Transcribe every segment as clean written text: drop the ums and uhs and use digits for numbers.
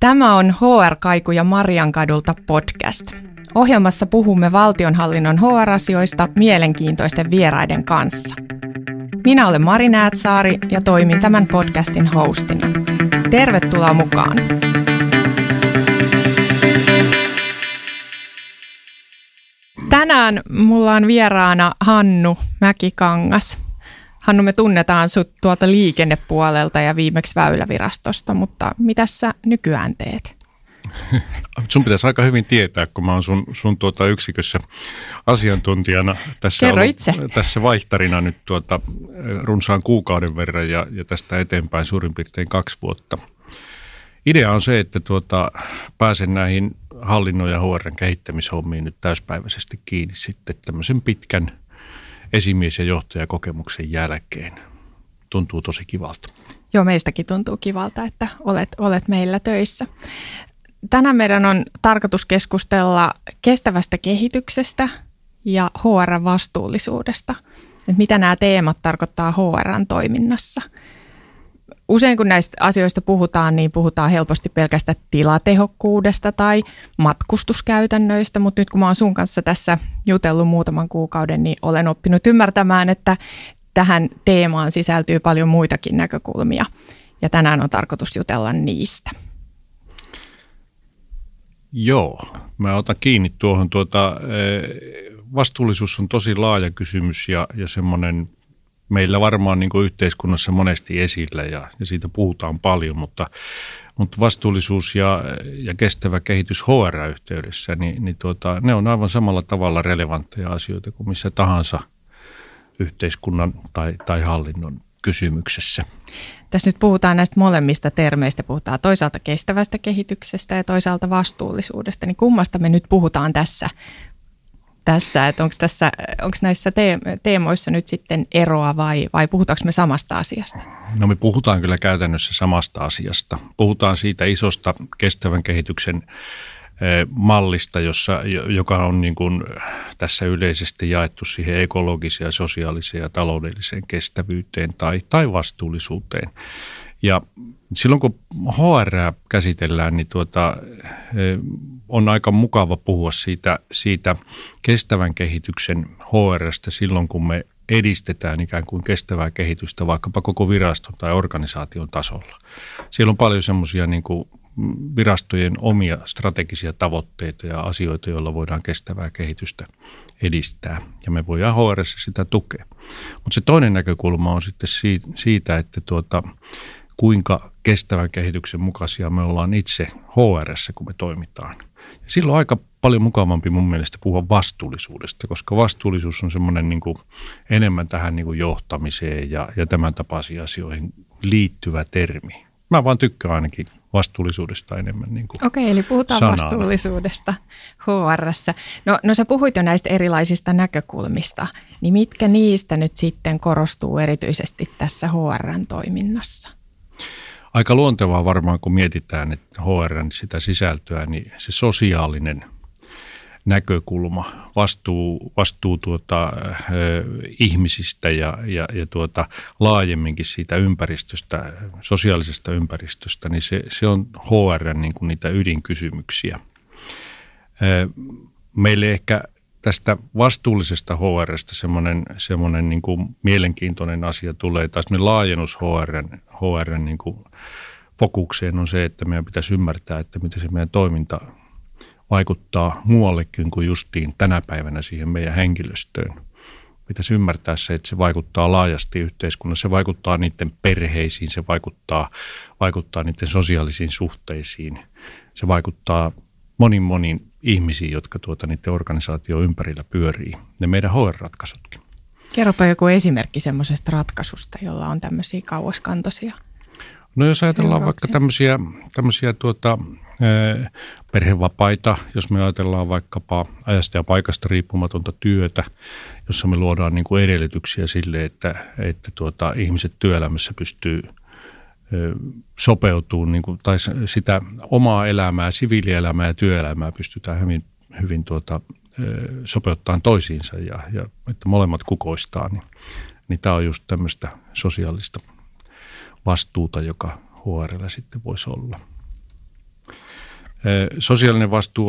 Tämä on HR-kaikuja Mariankadulta podcast. Ohjelmassa puhumme valtionhallinnon HR-asioista mielenkiintoisten vieraiden kanssa. Minä olen Mari Näätsaari ja toimin tämän podcastin hostina. Tervetuloa mukaan! Tänään mulla on vieraana Hannu Mäkikangas. Hannu, me tunnetaan sut tuolta liikennepuolelta ja viimeksi Väylävirastosta, mutta mitäs sä nykyään teet? Sun pitäisi aika hyvin tietää, kun mä oon sun yksikössä asiantuntijana tässä vaihtarina nyt runsaan kuukauden verran ja tästä eteenpäin suurin piirtein 2 vuotta. Idea on se, että pääsen näihin hallinnon ja HR:n kehittämishommiin nyt täyspäiväisesti kiinni sitten tämmöisen pitkän esimies- ja johtajakokemuksen jälkeen. Tuntuu tosi kivalta. Joo, meistäkin tuntuu kivalta, että olet meillä töissä. Tänään meidän on tarkoitus keskustella kestävästä kehityksestä ja HR-vastuullisuudesta. Että mitä nämä teemat tarkoittaa HR:n toiminnassa. Usein kun näistä asioista puhutaan, niin puhutaan helposti pelkästään tilatehokkuudesta tai matkustuskäytännöistä, mutta nyt kun mä oon sun kanssa tässä jutellut muutaman kuukauden, niin olen oppinut ymmärtämään, että tähän teemaan sisältyy paljon muitakin näkökulmia ja tänään on tarkoitus jutella niistä. Joo, mä otan kiinni tuohon. Vastuullisuus on tosi laaja kysymys ja semmoinen meillä varmaan niin kuin yhteiskunnassa monesti esillä ja siitä puhutaan paljon, mutta vastuullisuus ja kestävä kehitys HR-yhteydessä, ne on aivan samalla tavalla relevantteja asioita kuin missä tahansa yhteiskunnan tai hallinnon kysymyksessä. Tässä nyt puhutaan näistä molemmista termeistä, puhutaan toisaalta kestävästä kehityksestä ja toisaalta vastuullisuudesta, niin kummasta me nyt puhutaan tässä että onko näissä teemoissa nyt sitten eroa vai puhutaanko me samasta asiasta? No me puhutaan kyllä käytännössä samasta asiasta. Puhutaan siitä isosta kestävän kehityksen mallista, joka on niin kuin tässä yleisesti jaettu siihen ekologiseen, sosiaaliseen ja taloudelliseen kestävyyteen tai vastuullisuuteen. Ja silloin kun HR käsitellään, niin on aika mukava puhua siitä kestävän kehityksen HR:stä silloin, kun me edistetään ikään kuin kestävää kehitystä vaikkapa koko viraston tai organisaation tasolla. Siellä on paljon semmoisia niin kuin virastojen omia strategisia tavoitteita ja asioita, joilla voidaan kestävää kehitystä edistää ja me voidaan HR:ssä sitä tukea. Mutta se toinen näkökulma on sitten siitä, että kuinka kestävän kehityksen mukaisia me ollaan itse HR:ssä, kun me toimitaan. Ja silloin on aika paljon mukavampi mun mielestä puhua vastuullisuudesta, koska vastuullisuus on semmoinen niin kuin enemmän tähän niin kuin johtamiseen ja tämän tapaisiin asioihin liittyvä termi. Mä vaan tykkään ainakin vastuullisuudesta enemmän niin kuin Okei, eli puhutaan sanana. Vastuullisuudesta HR:ssä. No sä puhuit jo näistä erilaisista näkökulmista, niin mitkä niistä nyt sitten korostuu erityisesti tässä HR:n toiminnassa? Aika luontevaa varmaan, kun mietitään että HR:n sitä sisältöä, niin se sosiaalinen näkökulma, vastuu ihmisistä ja laajemminkin siitä ympäristöstä, sosiaalisesta ympäristöstä, niin se on HR:n niin kuin niitä ydinkysymyksiä. Meille ehkä tästä vastuullisesta HR:stä semmoinen niin kuin mielenkiintoinen asia tulee, tai semmoinen laajennus HR:n niin kuin fokukseen on se, että meidän pitäisi ymmärtää, että miten se meidän toiminta vaikuttaa muuallekin kuin justiin tänä päivänä siihen meidän henkilöstöön. Pitäisi ymmärtää se, että se vaikuttaa laajasti yhteiskunnassa, se vaikuttaa niiden perheisiin, se vaikuttaa niiden sosiaalisiin suhteisiin, se vaikuttaa monin ihmisiin, jotka niiden organisaation ympärillä pyörii, ne meidän HR-ratkaisutkin. Kerropa joku esimerkki semmoisesta ratkaisusta, jolla on tämmöisiä kauaskantoisia. No jos ajatellaan vaikka tämmöisiä perhevapaita, jos me ajatellaan vaikkapa ajasta ja paikasta riippumatonta työtä, jossa me luodaan niin kuin edellytyksiä sille, että ihmiset työelämässä pystyy sopeutumaan, niin kuin, tai sitä omaa elämää, siviilielämää ja työelämää pystytään hyvin sopeuttamaan toisiinsa ja että molemmat kukoistaa, niin tämä on just tämmöistä sosiaalista vastuuta, joka HR:llä sitten voisi olla. Sosiaalinen vastuu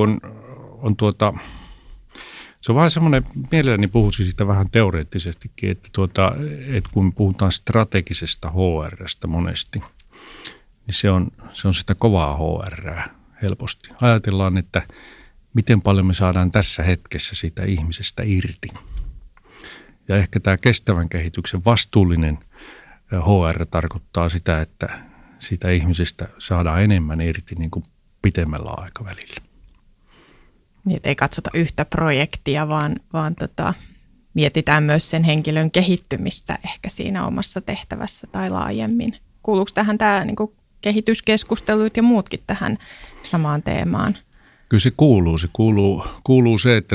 se on vähän semmoinen, mielelläni puhuisin siitä vähän teoreettisestikin, että kun puhutaan strategisesta HR:stä monesti, niin se on sitä kovaa HR:ää helposti. Ajatellaan, että miten paljon me saadaan tässä hetkessä siitä ihmisestä irti. Ja ehkä tämä kestävän kehityksen vastuullinen HR tarkoittaa sitä, että siitä ihmisestä saadaan enemmän irti niin kuin pitemmällä aikavälillä. Niin, ei katsota yhtä projektia, vaan mietitään myös sen henkilön kehittymistä ehkä siinä omassa tehtävässä tai laajemmin. Kuuluuko tähän tämä niin kuin kehityskeskustelut ja muutkin tähän samaan teemaan? Kyllä se kuuluu. Se kuuluu se, että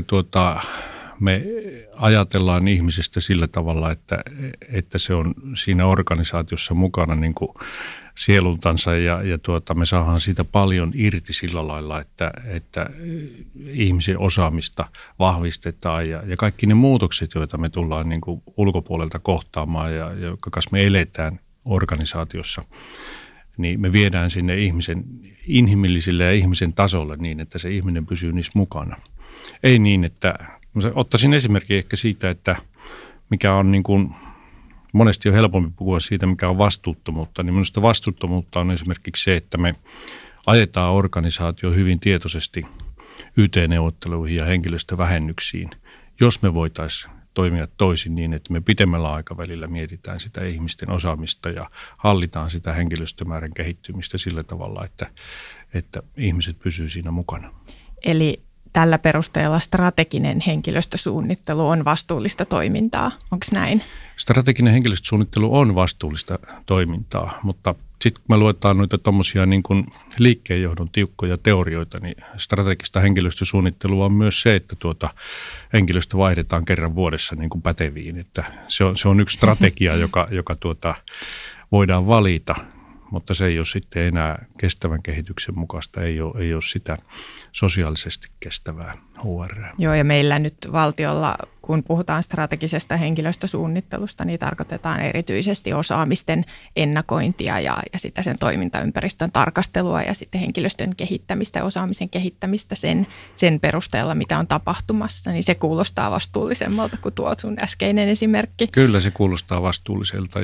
me ajatellaan ihmisestä sillä tavalla, että se on siinä organisaatiossa mukana niin kuin sielultansa ja me saadaan siitä paljon irti sillä lailla, että ihmisen osaamista vahvistetaan ja kaikki ne muutokset, joita me tullaan niin kuin ulkopuolelta kohtaamaan ja jonka kanssa me eletään organisaatiossa, niin me viedään sinne ihmisen inhimillisille ja ihmisen tasolle niin, että se ihminen pysyy niissä mukana. Ei niin, että ottaisin esimerkki ehkä siitä, että mikä on niin kuin, monesti on helpompi puhua siitä, mikä on vastuuttomuutta, niin minusta vastuuttomuutta on esimerkiksi se, että me ajetaan organisaatio hyvin tietoisesti YT-neuvotteluihin ja henkilöstövähennyksiin, jos me voitaisiin toimia toisin niin, että me pitemmällä aikavälillä mietitään sitä ihmisten osaamista ja hallitaan sitä henkilöstömäärän kehittymistä sillä tavalla, että ihmiset pysyy siinä mukana. Eli tällä perusteella strateginen henkilöstösuunnittelu on vastuullista toimintaa, onko näin? Strateginen henkilöstösuunnittelu on vastuullista toimintaa, mutta sitten kun me luetaan noita tuommoisia niin kuin liikkeenjohdon tiukkoja teorioita, niin strategista henkilöstösuunnittelua on myös se, että henkilöstö vaihdetaan kerran vuodessa niin kuin päteviin. Että se on yksi strategia, joka voidaan valita, mutta se ei ole sitten enää kestävän kehityksen mukaista, ei ole sitä sosiaalisesti kestävää HR. Joo, ja meillä nyt valtiolla, kun puhutaan strategisesta henkilöstösuunnittelusta, niin tarkoitetaan erityisesti osaamisten ennakointia ja sitten sen toimintaympäristön tarkastelua ja sitten henkilöstön kehittämistä ja osaamisen kehittämistä sen perusteella, mitä on tapahtumassa, niin se kuulostaa vastuullisemmalta kuin tuo sun äskeinen esimerkki. Kyllä se kuulostaa vastuulliselta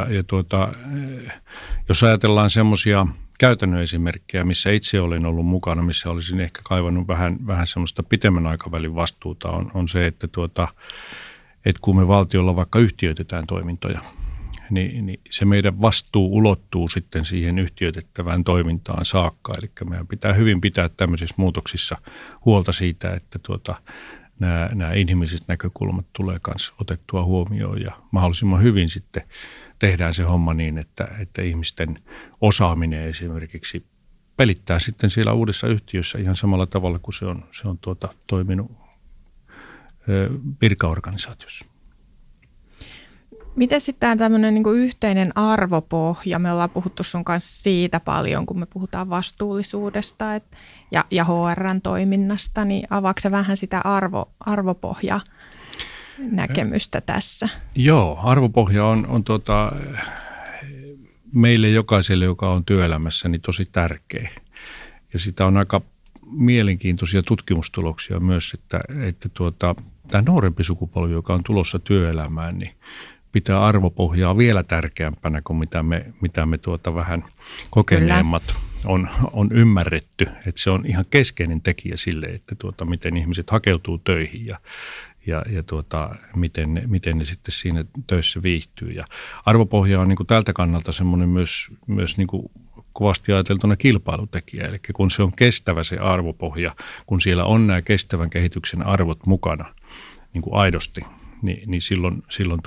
jos ajatellaan semmoisia käytännön esimerkkejä, missä itse olen ollut mukana, missä olisin ehkä kaivannut vähän semmoista pitemmän aikavälin vastuuta, on se, että kun me valtiolla vaikka yhtiöitetään toimintoja, niin se meidän vastuu ulottuu sitten siihen yhtiöitettävään toimintaan saakka. Eli meidän pitää hyvin pitää tämmöisissä muutoksissa huolta siitä, että nämä inhimilliset näkökulmat tulee myös otettua huomioon ja mahdollisimman hyvin sitten tehdään se homma niin, että ihmisten osaaminen esimerkiksi pelittää sitten siellä uudessa yhtiössä ihan samalla tavalla kuin se on toiminut virkaorganisaatiossa. Miten sitten tämmöinen niin kuin yhteinen arvopohja? Me ollaan puhuttu sun kanssa siitä paljon, kun me puhutaan vastuullisuudesta ja HR:n toiminnasta, niin avaatko vähän sitä arvopohjaa? Näkemystä tässä? Joo, arvopohja on meille jokaiselle, joka on työelämässä, niin tosi tärkeä. Ja sitä on aika mielenkiintoisia tutkimustuloksia myös, että tämä nuorempi sukupolvi, joka on tulossa työelämään, niin pitää arvopohjaa vielä tärkeämpänä kuin mitä me vähän kokeneemmat on ymmärretty. Että se on ihan keskeinen tekijä sille, että miten ihmiset hakeutuu töihin ja miten ne sitten siinä töissä viihtyy. Ja arvopohja on niin kuin tältä kannalta semmoinen myös niin kuin kovasti ajateltuna kilpailutekijä. Eli kun se on kestävä se arvopohja, kun siellä on nämä kestävän kehityksen arvot mukana niin kuin aidosti, niin silloin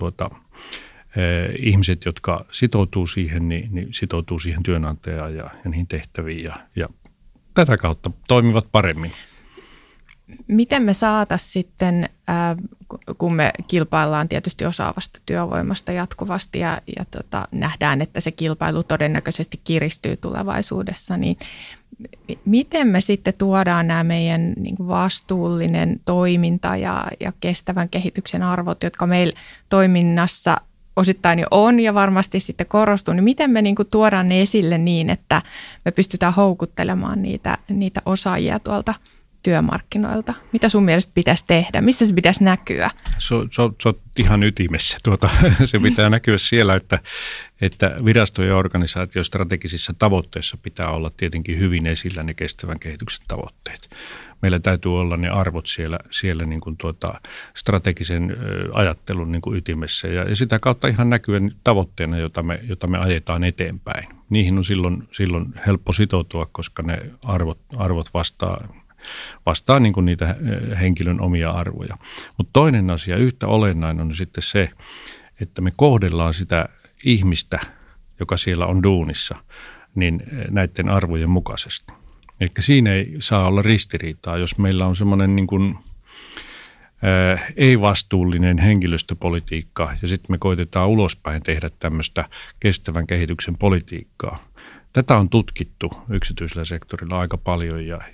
ihmiset, jotka sitoutuu siihen, niin sitoutuu siihen työnantajaan ja niihin tehtäviin ja tätä kautta toimivat paremmin. Miten me saataisiin sitten, kun me kilpaillaan tietysti osaavasta työvoimasta jatkuvasti ja nähdään, että se kilpailu todennäköisesti kiristyy tulevaisuudessa, niin miten me sitten tuodaan nämä meidän niin kuin vastuullinen toiminta ja kestävän kehityksen arvot, jotka meillä toiminnassa osittain jo on ja varmasti sitten korostuu, niin miten me niin kuin tuodaan ne esille niin, että me pystytään houkuttelemaan niitä osaajia tuolta työmarkkinoilta? Mitä sun mielestä pitäisi tehdä? Missä se pitäisi näkyä? Se on ihan ytimessä. Se pitää näkyä siellä, että virastojen ja organisaation strategisissa tavoitteissa pitää olla tietenkin hyvin esillä ne kestävän kehityksen tavoitteet. Meillä täytyy olla ne arvot siellä niin kuin strategisen ajattelun niin kuin ytimessä ja sitä kautta ihan näkyen tavoitteena, jota me ajetaan eteenpäin. Niihin on silloin helppo sitoutua, koska ne arvot vastaa niin kuin niitä henkilön omia arvoja. Mutta toinen asia, yhtä olennainen on sitten se, että me kohdellaan sitä ihmistä, joka siellä on duunissa, niin näiden arvojen mukaisesti. Eli siinä ei saa olla ristiriitaa, jos meillä on semmoinen niin kuin ei-vastuullinen henkilöstöpolitiikka ja sitten me koitetaan ulospäin tehdä tämmöistä kestävän kehityksen politiikkaa. Tätä on tutkittu yksityisellä sektorilla aika paljon ja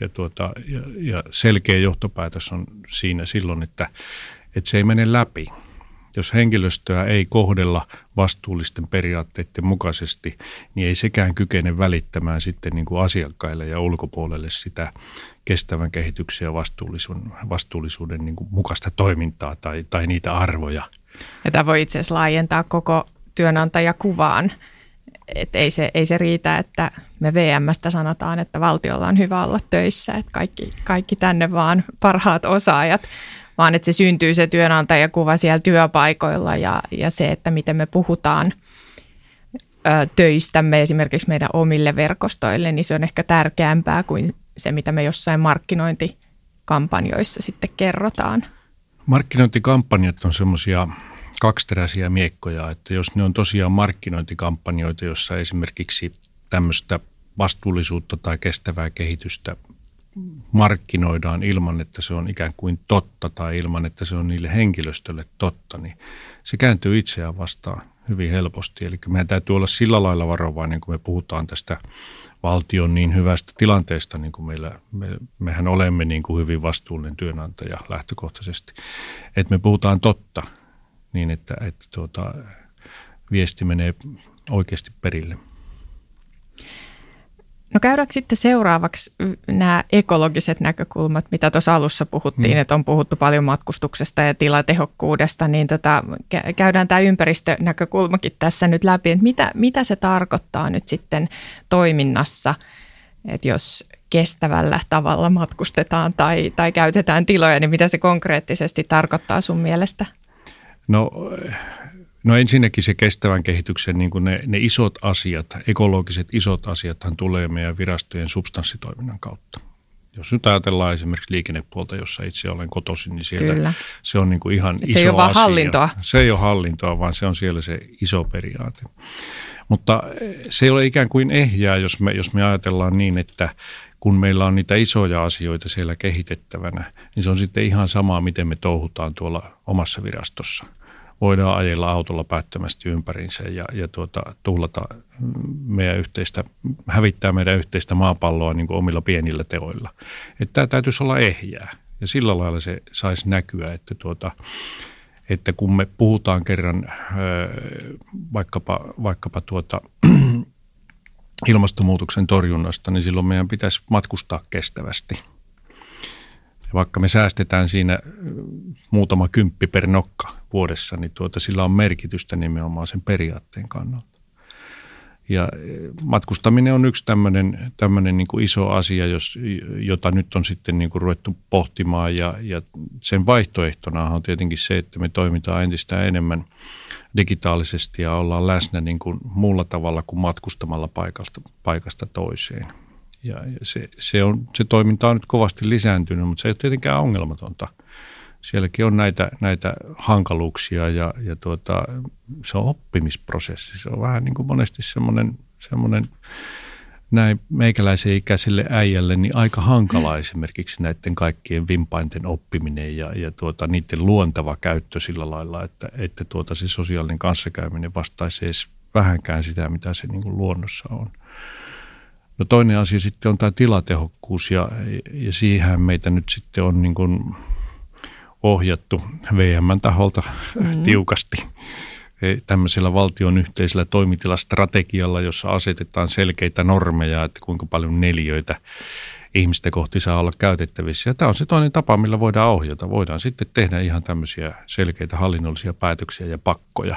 selkeä johtopäätös on siinä silloin, että se ei mene läpi. Jos henkilöstöä ei kohdella vastuullisten periaatteiden mukaisesti, niin ei sekään kykene välittämään sitten niin kuin asiakkaille ja ulkopuolelle sitä kestävän kehityksen ja vastuullisuuden niin kuin mukaista toimintaa tai niitä arvoja. Ja tämä voi itse asiassa laajentaa koko työnantajakuvaan. Että ei se riitä, että me VM:stä sanotaan, että valtiolla on hyvä olla töissä, että kaikki tänne vaan parhaat osaajat, vaan että se syntyy se työnantajakuva siellä työpaikoilla ja se, että miten me puhutaan töistämme esimerkiksi meidän omille verkostoille, niin se on ehkä tärkeämpää kuin se, mitä me jossain markkinointikampanjoissa sitten kerrotaan. Markkinointikampanjat on semmoisia kaksiteräisiä miekkoja, että jos ne on tosiaan markkinointikampanjoita, jossa esimerkiksi tämmöistä vastuullisuutta tai kestävää kehitystä markkinoidaan ilman, että se on ikään kuin totta tai ilman, että se on niille henkilöstölle totta, niin se kääntyy itseään vastaan hyvin helposti. Eli meidän täytyy olla sillä lailla varovainen, kun me puhutaan tästä valtion niin hyvästä tilanteesta, niin kuin mehän olemme niin kuin hyvin vastuullinen työnantaja lähtökohtaisesti, että me puhutaan totta niin, että viesti menee oikeasti perille. No käydäänkö sitten seuraavaksi nämä ekologiset näkökulmat, mitä tuossa alussa puhuttiin, että on puhuttu paljon matkustuksesta ja tilatehokkuudesta, niin käydään tämä ympäristönäkökulmakin tässä nyt läpi, että mitä se tarkoittaa nyt sitten toiminnassa, että jos kestävällä tavalla matkustetaan tai käytetään tiloja, niin mitä se konkreettisesti tarkoittaa sun mielestä? No ensinnäkin se kestävän kehityksen niin kuin ne isot asiat, ekologiset isot asiathan tulee meidän virastojen substanssitoiminnan kautta. Jos nyt ajatellaan esimerkiksi liikennepuolta, jossa itse olen kotoisin, niin siellä Kyllä. Se on niin kuin ihan iso asia. Se ei ole vaan hallintoa. Se ei ole hallintoa, vaan se on siellä se iso periaate. Mutta se ei ole ikään kuin ehjää, jos me ajatellaan niin, että kun meillä on niitä isoja asioita siellä kehitettävänä, niin se on sitten ihan sama, miten me touhutaan tuolla omassa virastossa. Voidaan ajella autolla päättömästi ympäriinsä ja tuhlata hävittää meidän yhteistä maapalloa niin kuin omilla pienillä teoilla. Että tämä täytyisi olla ehjää ja sillä lailla se saisi näkyä, että kun me puhutaan kerran vaikkapa ilmastonmuutoksen torjunnasta, niin silloin meidän pitäisi matkustaa kestävästi. Ja vaikka me säästetään siinä muutama kymppi per nokka vuodessa, niin sillä on merkitystä nimenomaan sen periaatteen kannalta. Ja matkustaminen on yksi tämmöinen niin kuin iso asia, jota nyt on sitten niin kuin ruvettu pohtimaan. Ja sen vaihtoehtona on tietenkin se, että me toimitaan entistä enemmän digitaalisesti ja ollaan läsnä niin kuin muulla tavalla kuin matkustamalla paikasta toiseen. Ja se toiminta on nyt kovasti lisääntynyt, mutta se ei ole tietenkään ongelmatonta. Sielläkin on näitä hankaluuksia ja se on oppimisprosessi. Se on vähän niin kuin monesti semmoinen näin meikäläisen ikäiselle äijälle niin aika hankala esimerkiksi näiden kaikkien vimpainten oppiminen ja niiden luontava käyttö sillä lailla, että se sosiaalinen kanssakäyminen vastaisi edes vähänkään sitä, mitä se niin kuin luonnossa on. No toinen asia sitten on tämä tilatehokkuus ja siihen meitä nyt sitten on niin kuin ohjattu VM:n taholta tiukasti. tämmöisellä valtion yhteisellä toimitilastrategialla, jossa asetetaan selkeitä normeja, että kuinka paljon neliöitä ihmistä kohti saa olla käytettävissä. Ja tämä on se toinen tapa, millä voidaan ohjata. Voidaan sitten tehdä ihan tämmöisiä selkeitä hallinnollisia päätöksiä ja pakkoja.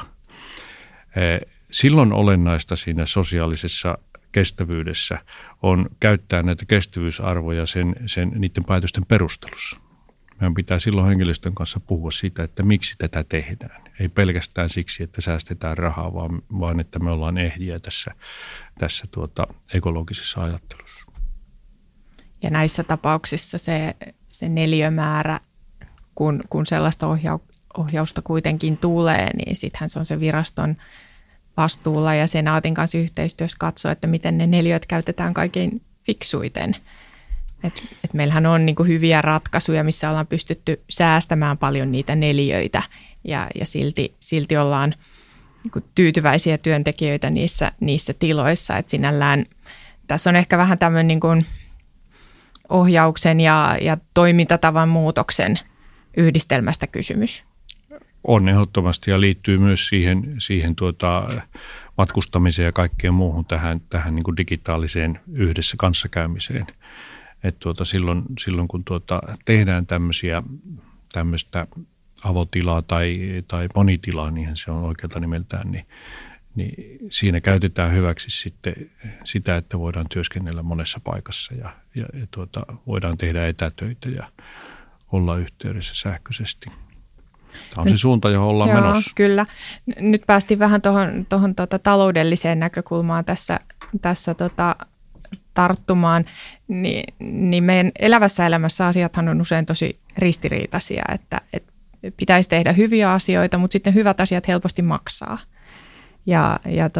Silloin olennaista siinä sosiaalisessa kestävyydessä on käyttää näitä kestävyysarvoja niiden päätösten perustelussa. Meidän pitää silloin henkilöstön kanssa puhua siitä, että miksi tätä tehdään. Ei pelkästään siksi, että säästetään rahaa, vaan että me ollaan ehjiä tässä ekologisessa ajattelussa. Ja näissä tapauksissa se neliömäärä, kun sellaista ohjausta kuitenkin tulee, niin sittenhän se on se viraston vastuulla ja senaatin kanssa yhteistyössä katsoa, että miten ne neliöt käytetään kaikkein fiksuiten. Et meillähän on niin kuin hyviä ratkaisuja, missä ollaan pystytty säästämään paljon niitä neliöitä ja silti ollaan niin kuin tyytyväisiä työntekijöitä niissä tiloissa. Et sinällään tässä on ehkä vähän tämmöinen niin kuin ohjauksen ja toimintatavan muutoksen yhdistelmästä kysymys. On ehdottomasti ja liittyy myös siihen matkustamiseen ja kaikkeen muuhun tähän niin kuin digitaaliseen yhdessä kanssakäymiseen. Että silloin kun tehdään tämmöistä avotilaa tai monitilaa, niinhän se on oikealta nimeltään, niin siinä käytetään hyväksi sitten sitä, että voidaan työskennellä monessa paikassa ja voidaan tehdä etätöitä ja olla yhteydessä sähköisesti. Tämä on se suunta, johon ollaan menossa. Kyllä. Nyt päästiin vähän tuohon taloudelliseen näkökulmaan tässä tarttumaan, niin meidän elävässä elämässä asiathan on usein tosi ristiriitaisia, että pitäisi tehdä hyviä asioita, mutta sitten hyvät asiat helposti maksaa ja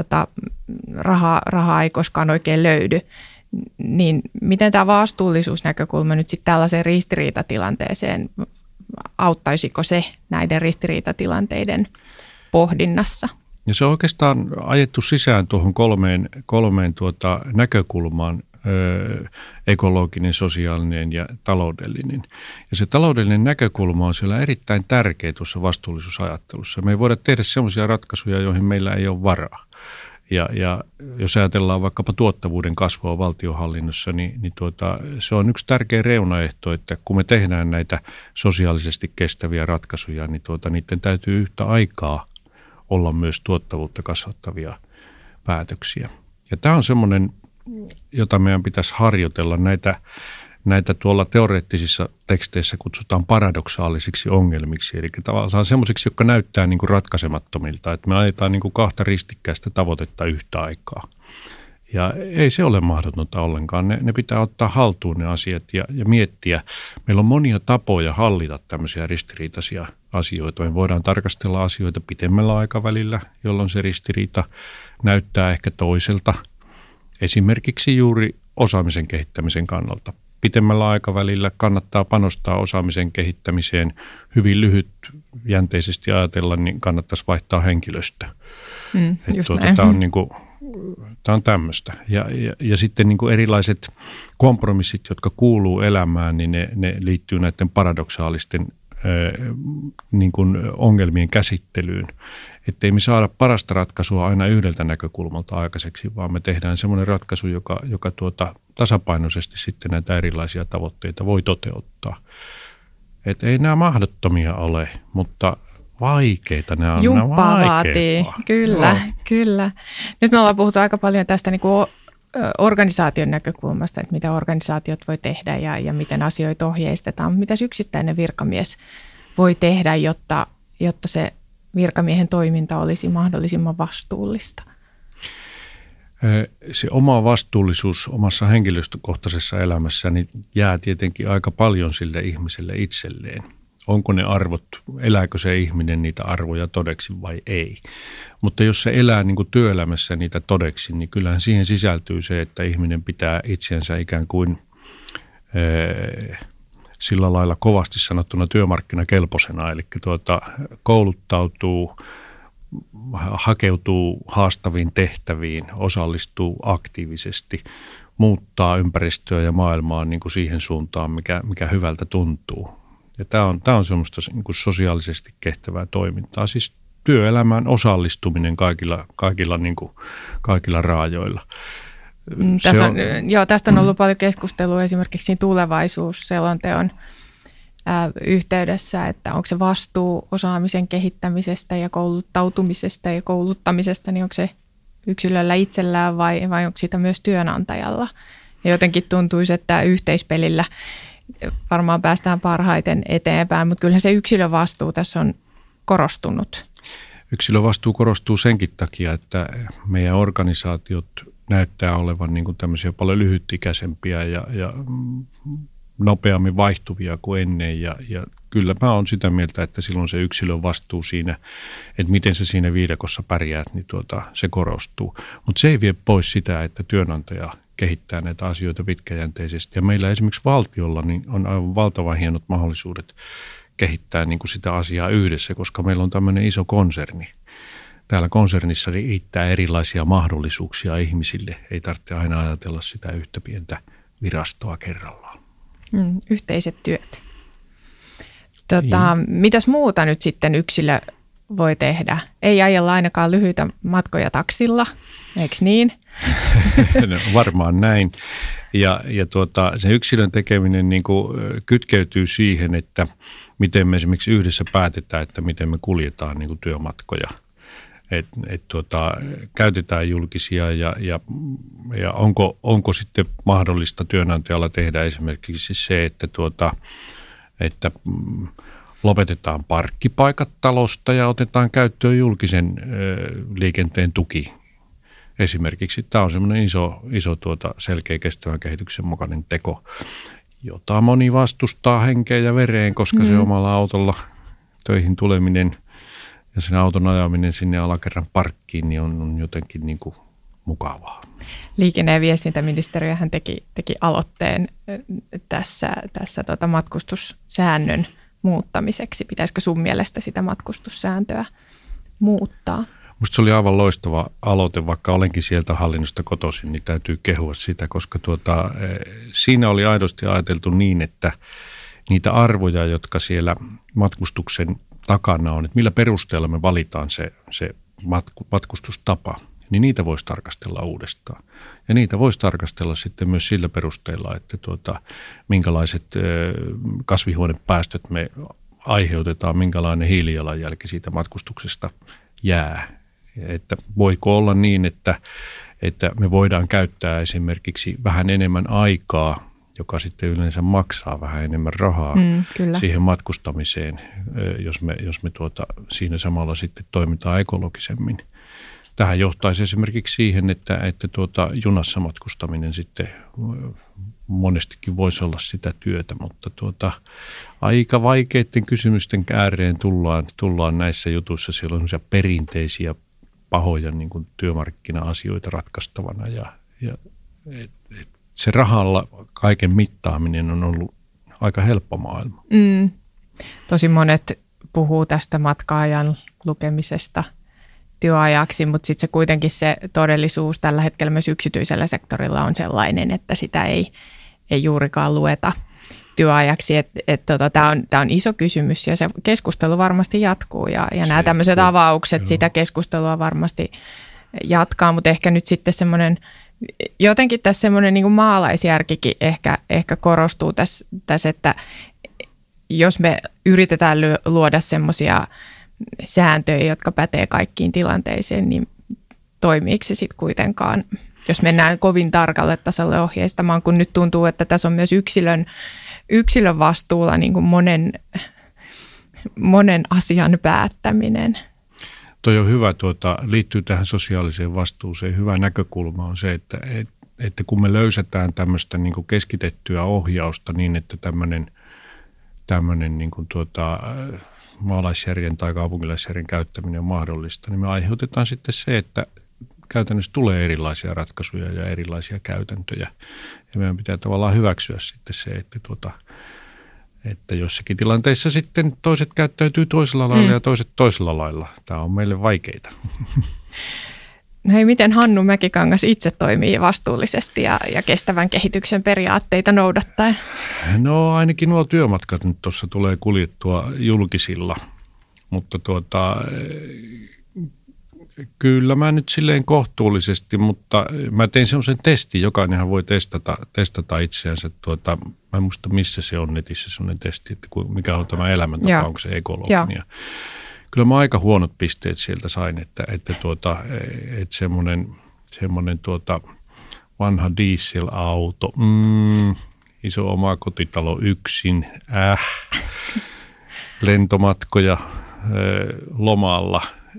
rahaa ei koskaan oikein löydy. Niin miten tämä vastuullisuusnäkökulma nyt sitten tällaiseen ristiriitatilanteeseen, auttaisiko se näiden ristiriitatilanteiden pohdinnassa? Ja se on oikeastaan ajettu sisään tuohon kolmeen näkökulmaan, ekologinen, sosiaalinen ja taloudellinen. Ja se taloudellinen näkökulma on siellä erittäin tärkeä tuossa vastuullisuusajattelussa. Me ei voida tehdä sellaisia ratkaisuja, joihin meillä ei ole varaa. Ja jos ajatellaan vaikkapa tuottavuuden kasvua valtionhallinnossa, niin se on yksi tärkeä reunaehto, että kun me tehdään näitä sosiaalisesti kestäviä ratkaisuja, niin niiden täytyy yhtä aikaa olla myös tuottavuutta kasvattavia päätöksiä. Ja tämä on semmoinen, jota meidän pitäisi harjoitella. Näitä tuolla teoreettisissa teksteissä kutsutaan paradoksaalisiksi ongelmiksi, eli tavallaan semmoisiksi, jotka näyttää niin kuin ratkaisemattomilta, että me ajetaan niin kuin kahta ristikkäistä tavoitetta yhtä aikaa. Ja ei se ole mahdotonta ollenkaan. Ne pitää ottaa haltuun ne asiat ja miettiä. Meillä on monia tapoja hallita tämmöisiä ristiriitaisia asioita. Me voidaan tarkastella asioita pitemmällä aikavälillä, jolloin se ristiriita näyttää ehkä toiselta. Esimerkiksi juuri osaamisen kehittämisen kannalta. Pitemmällä aikavälillä kannattaa panostaa osaamisen kehittämiseen. Hyvin lyhytjänteisesti ajatella, niin kannattaisi vaihtaa henkilöstöä. Tämä on tämmöistä. Ja sitten niin kuin erilaiset kompromissit, jotka kuuluu elämään, niin ne liittyy näiden paradoksaalisten niin kuin ongelmien käsittelyyn. Että ei me saada parasta ratkaisua aina yhdeltä näkökulmalta aikaiseksi, vaan me tehdään semmoinen ratkaisu, joka tasapainoisesti sitten näitä erilaisia tavoitteita voi toteuttaa. Että ei nämä mahdottomia ole, mutta vaikeita nämä on. Jumppaa vaatii, kyllä. Nyt me ollaan puhuttu aika paljon tästä niin kuin organisaation näkökulmasta, että mitä organisaatiot voi tehdä ja miten asioita ohjeistetaan. Mutta mitä yksittäinen virkamies voi tehdä, jotta se virkamiehen toiminta olisi mahdollisimman vastuullista? Se oma vastuullisuus omassa henkilöstökohtaisessa elämässä niin jää tietenkin aika paljon sille ihmiselle itselleen. Onko ne arvot, elääkö se ihminen niitä arvoja todeksi vai ei. Mutta jos se elää niin kuin työelämässä niitä todeksi, niin kyllähän siihen sisältyy se, että ihminen pitää itsensä ikään kuin sillä lailla kovasti sanottuna työmarkkinakelpoisena. Eli kouluttautuu, hakeutuu haastaviin tehtäviin, osallistuu aktiivisesti, muuttaa ympäristöä ja maailmaa niin kuin siihen suuntaan, mikä hyvältä tuntuu. Ja tämä on semmoista niin kuin sosiaalisesti kestävää toimintaa, siis työelämään osallistuminen kaikilla raajoilla. Tästä on ollut paljon keskustelua esimerkiksi tulevaisuusselonteon yhteydessä, että onko se vastuu osaamisen kehittämisestä ja kouluttautumisesta ja kouluttamisesta, niin onko se yksilöllä itsellään vai onko sitä myös työnantajalla. Ja jotenkin tuntuisi, että yhteispelillä varmaan päästään parhaiten eteenpäin, mutta kyllähän se yksilövastuu tässä on korostunut. Yksilövastuu korostuu senkin takia, että meidän organisaatiot näyttää olevan niin kuin tämmöisiä paljon lyhytikäisempiä ja nopeammin vaihtuvia kuin ennen. Ja kyllä mä oon sitä mieltä, että silloin se yksilön vastuu siinä, että miten se siinä viidakossa pärjäät, niin se korostuu. Mutta se ei vie pois sitä, että työnantaja kehittää näitä asioita pitkäjänteisesti. Ja meillä esimerkiksi valtiolla niin on aivan valtavan hienot mahdollisuudet kehittää niin kuin sitä asiaa yhdessä, koska meillä on tämmöinen iso konserni. Täällä konsernissa riittää erilaisia mahdollisuuksia ihmisille. Ei tarvitse aina ajatella sitä yhtä pientä virastoa kerrallaan. Yhteiset työt. Mitäs muuta nyt sitten yksilö voi tehdä? Ei ajella ainakaan lyhyitä matkoja taksilla, eikö niin? No, varmaan näin. Ja se yksilön tekeminen niin kuin kytkeytyy siihen, että miten me esimerkiksi yhdessä päätetään, että miten me kuljetaan niin kuin työmatkoja. Käytetään julkisia ja onko sitten mahdollista työnantajalla tehdä esimerkiksi se, että lopetetaan parkkipaikat talosta ja otetaan käyttöön julkisen liikenteen tuki. Esimerkiksi tämä on semmoinen iso selkeä kestävän kehityksen mukainen teko, jota moni vastustaa henkeen ja vereen, koska se omalla autolla töihin tuleminen ja sen auton ajaminen sinne alakerran parkkiin niin on jotenkin niin kuin mukavaa. Liikenne- ja viestintäministeriöhän teki aloitteen tässä matkustussäännön muuttamiseksi. Pitäisikö sun mielestä sitä matkustussääntöä muuttaa? Musta se oli aivan loistava aloite, vaikka olenkin sieltä hallinnosta kotoisin, niin täytyy kehua sitä, koska siinä oli aidosti ajateltu niin, että niitä arvoja, jotka siellä matkustuksen takana on, että millä perusteella me valitaan se matkustustapa, niin niitä voisi tarkastella uudestaan. Ja niitä voisi tarkastella sitten myös sillä perusteella, että minkälaiset kasvihuonepäästöt me aiheutetaan, minkälainen hiilijalanjälki siitä matkustuksesta jää. Että voiko olla niin, että me voidaan käyttää esimerkiksi vähän enemmän aikaa, joka sitten yleensä maksaa vähän enemmän rahaa siihen matkustamiseen, jos me siinä samalla sitten toimitaan ekologisemmin. Tähän johtaisi esimerkiksi siihen, että junassa matkustaminen sitten monestikin voisi olla sitä työtä, mutta aika vaikeiden kysymysten ääreen tullaan näissä jutuissa. Siellä on sellaisia perinteisiä pahoja niin kuin työmarkkina-asioita ratkaistavana ja se rahalla kaiken mittaaminen on ollut aika helppo maailma. Tosi monet puhuu tästä matka-ajan lukemisesta työajaksi, mutta sitten se kuitenkin se todellisuus tällä hetkellä myös yksityisellä sektorilla on sellainen, että sitä ei juurikaan lueta työajaksi. Tämä on iso kysymys ja se keskustelu varmasti jatkuu ja nämä tämmöiset avaukset sitä keskustelua varmasti jatkaa, mutta ehkä nyt sitten semmoinen jotenkin tässä semmoinen niin kuin maalaisjärkikin ehkä korostuu tässä, että jos me yritetään luoda semmoisia sääntöjä, jotka pätee kaikkiin tilanteisiin, niin toimiiko se sitten kuitenkaan, jos mennään kovin tarkalle tasolle ohjeistamaan, kun nyt tuntuu, että tässä on myös yksilön vastuulla niin kuin monen asian päättäminen. Toi on hyvä, liittyy tähän sosiaaliseen vastuuseen. Hyvä näkökulma on se, että kun me löysätään tämmöistä niin kuin keskitettyä ohjausta niin, että tämmöinen niin kuin maalaisjärjen tai kaupunkilaisjärjen käyttäminen on mahdollista, niin me aiheutetaan sitten se, että käytännössä tulee erilaisia ratkaisuja ja erilaisia käytäntöjä. Ja meidän pitää tavallaan hyväksyä sitten se, että jossakin tilanteissa sitten toiset käyttäytyy toisella lailla ja toiset toisella lailla. Tämä on meille vaikeita. No hei, miten Hannu Mäkikangas itse toimii vastuullisesti ja kestävän kehityksen periaatteita noudattaen? No ainakin nuo työmatkat nyt tuossa tulee kuljettua julkisilla, mutta kyllä mä nyt silleen kohtuullisesti, mutta mä tein sellaisen testin, jokainenhan voi testata itseänsä. Mä en muista missä se on netissä sellainen testi, että mikä on tämä elämäntapa, onko se ekologinen. Kyllä mä aika huonot pisteet sieltä sain, että semmoinen vanha dieselauto, iso omakotitalo yksin, lentomatkoja lomalla.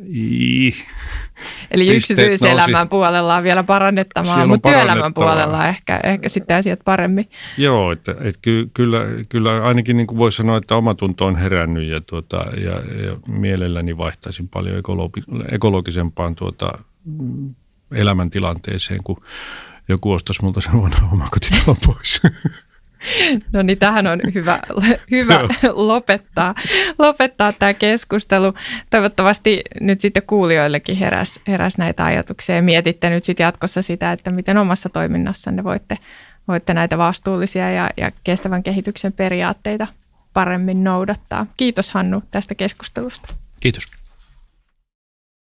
Eli yksityiselämän puolella on vielä parannettavaa, mutta työelämän puolella ehkä sitten asiat paremmin. Joo, että kyllä ainakin niin kuin voi sanoa, että omatunto on herännyt ja mielelläni vaihtaisin paljon ekologisempaan elämäntilanteeseen, kun joku ostaisi multa sen vanhan omakotitalon pois. No niin, tähän on hyvä lopettaa tämä keskustelu. Toivottavasti nyt sitten kuulijoillekin heräsi näitä ajatuksia ja mietitte nyt sitten jatkossa sitä, että miten omassa toiminnassanne voitte näitä vastuullisia ja kestävän kehityksen periaatteita paremmin noudattaa. Kiitos Hannu tästä keskustelusta. Kiitos.